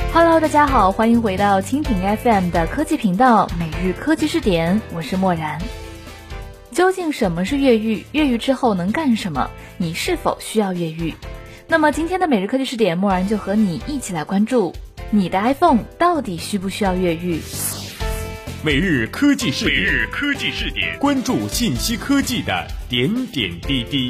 Hello， 大家好，欢迎回到蜻蜓 FM 的科技频道每日科技视点，我是默然。究竟什么是越狱？越狱之后能干什么？你是否需要越狱？那么今天的每日科技视点，默然就和你一起来关注你的 iPhone 到底需不需要越狱？ 每日科技视点，关注信息科技的点点滴滴。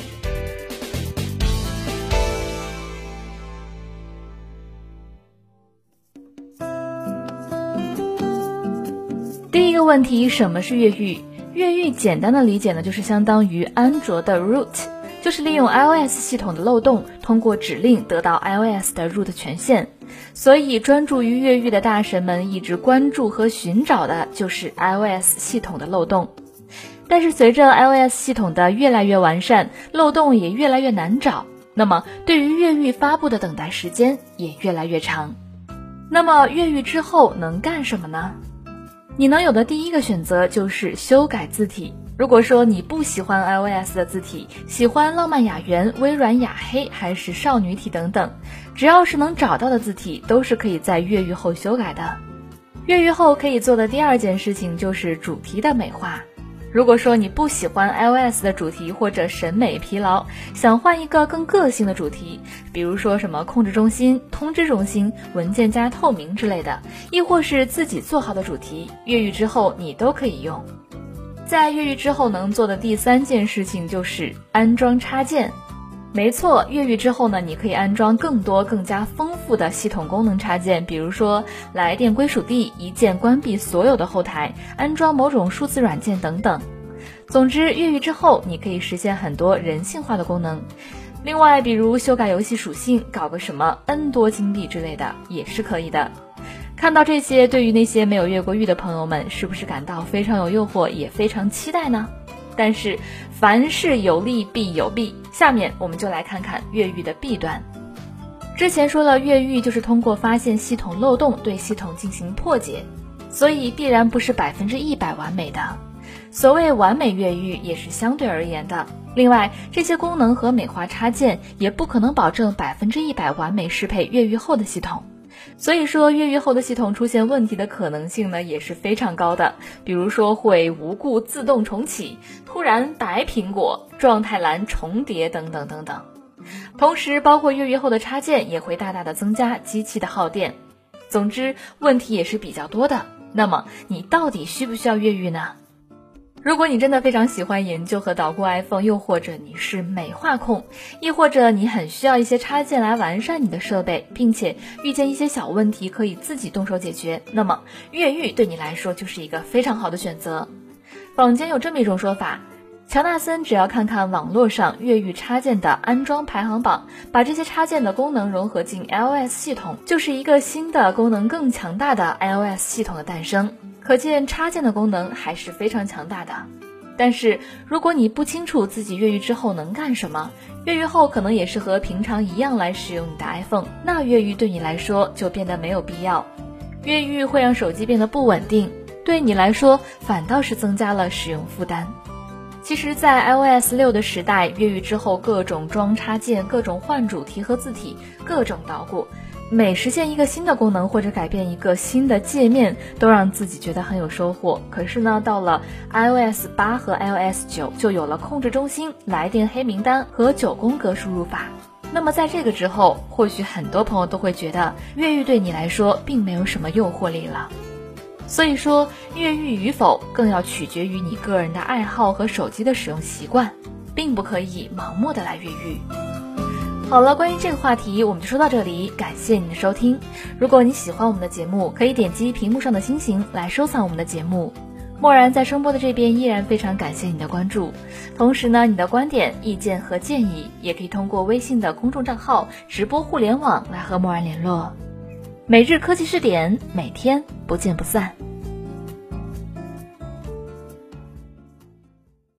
第一个问题，什么是越狱？越狱简单的理解呢，就是相当于安卓的 root， 就是利用 iOS 系统的漏洞，通过指令得到 iOS 的 root 权限。所以专注于越狱的大神们一直关注和寻找的就是 iOS 系统的漏洞。但是随着 iOS 系统的越来越完善，漏洞也越来越难找，那么对于越狱发布的等待时间也越来越长。那么越狱之后能干什么呢？你能有的第一个选择就是修改字体。如果说你不喜欢 iOS 的字体，喜欢浪漫雅圆、微软雅黑还是少女体等等，只要是能找到的字体都是可以在越狱后修改的。越狱后可以做的第二件事情就是主题的美化。如果说你不喜欢 iOS 的主题或者审美疲劳，想换一个更个性的主题，比如说什么控制中心、通知中心、文件夹透明之类的，亦或是自己做好的主题，越狱之后你都可以用。在越狱之后能做的第三件事情就是安装插件。没错，越狱之后呢，你可以安装更多更加丰富的系统功能插件，比如说来电归属地、一键关闭所有的后台、安装某种数字软件等等。总之，越狱之后你可以实现很多人性化的功能。另外，比如修改游戏属性，搞个什么 N 多金币之类的也是可以的。看到这些，对于那些没有越过狱的朋友们，是不是感到非常有诱惑，也非常期待呢？但是凡事有利必有弊，下面我们就来看看越狱的弊端。之前说了，越狱就是通过发现系统漏洞对系统进行破解，所以必然不是100%完美的。所谓完美越狱也是相对而言的。另外，这些功能和美化插件也不可能保证100%完美适配越狱后的系统。所以说，越狱后的系统出现问题的可能性呢，也是非常高的。比如说会无故自动重启、突然白苹果、状态栏重叠等等等等。同时，包括越狱后的插件也会大大的增加机器的耗电。总之，问题也是比较多的。那么，你到底需不需要越狱呢？如果你真的非常喜欢研究和捣鼓 iPhone， 又或者你是美化控，亦或者你很需要一些插件来完善你的设备，并且遇见一些小问题可以自己动手解决，那么越狱对你来说就是一个非常好的选择。坊间有这么一种说法，乔纳森只要看看网络上越狱插件的安装排行榜，把这些插件的功能融合进 iOS 系统，就是一个新的功能更强大的 iOS 系统的诞生。可见插件的功能还是非常强大的。但是如果你不清楚自己越狱之后能干什么，越狱后可能也是和平常一样来使用你的 iPhone， 那越狱对你来说就变得没有必要。越狱会让手机变得不稳定，对你来说反倒是增加了使用负担。其实在 iOS 6的时代，越狱之后各种装插件、各种换主题和字体、各种捣鼓，每实现一个新的功能或者改变一个新的界面，都让自己觉得很有收获。可是呢，到了 iOS 8和 iOS 9就有了控制中心、来电黑名单和9宫格输入法。那么在这个之后，或许很多朋友都会觉得越狱对你来说并没有什么诱惑力了。所以说，越狱与否更要取决于你个人的爱好和手机的使用习惯，并不可以盲目的来越狱。好了，关于这个话题我们就说到这里，感谢您的收听。如果你喜欢我们的节目，可以点击屏幕上的星星来收藏我们的节目。默然在声波的这边依然非常感谢你的关注，同时呢，你的观点、意见和建议也可以通过微信的公众账号直播互联网来和默然联络。每日科技视点，每天不见不散。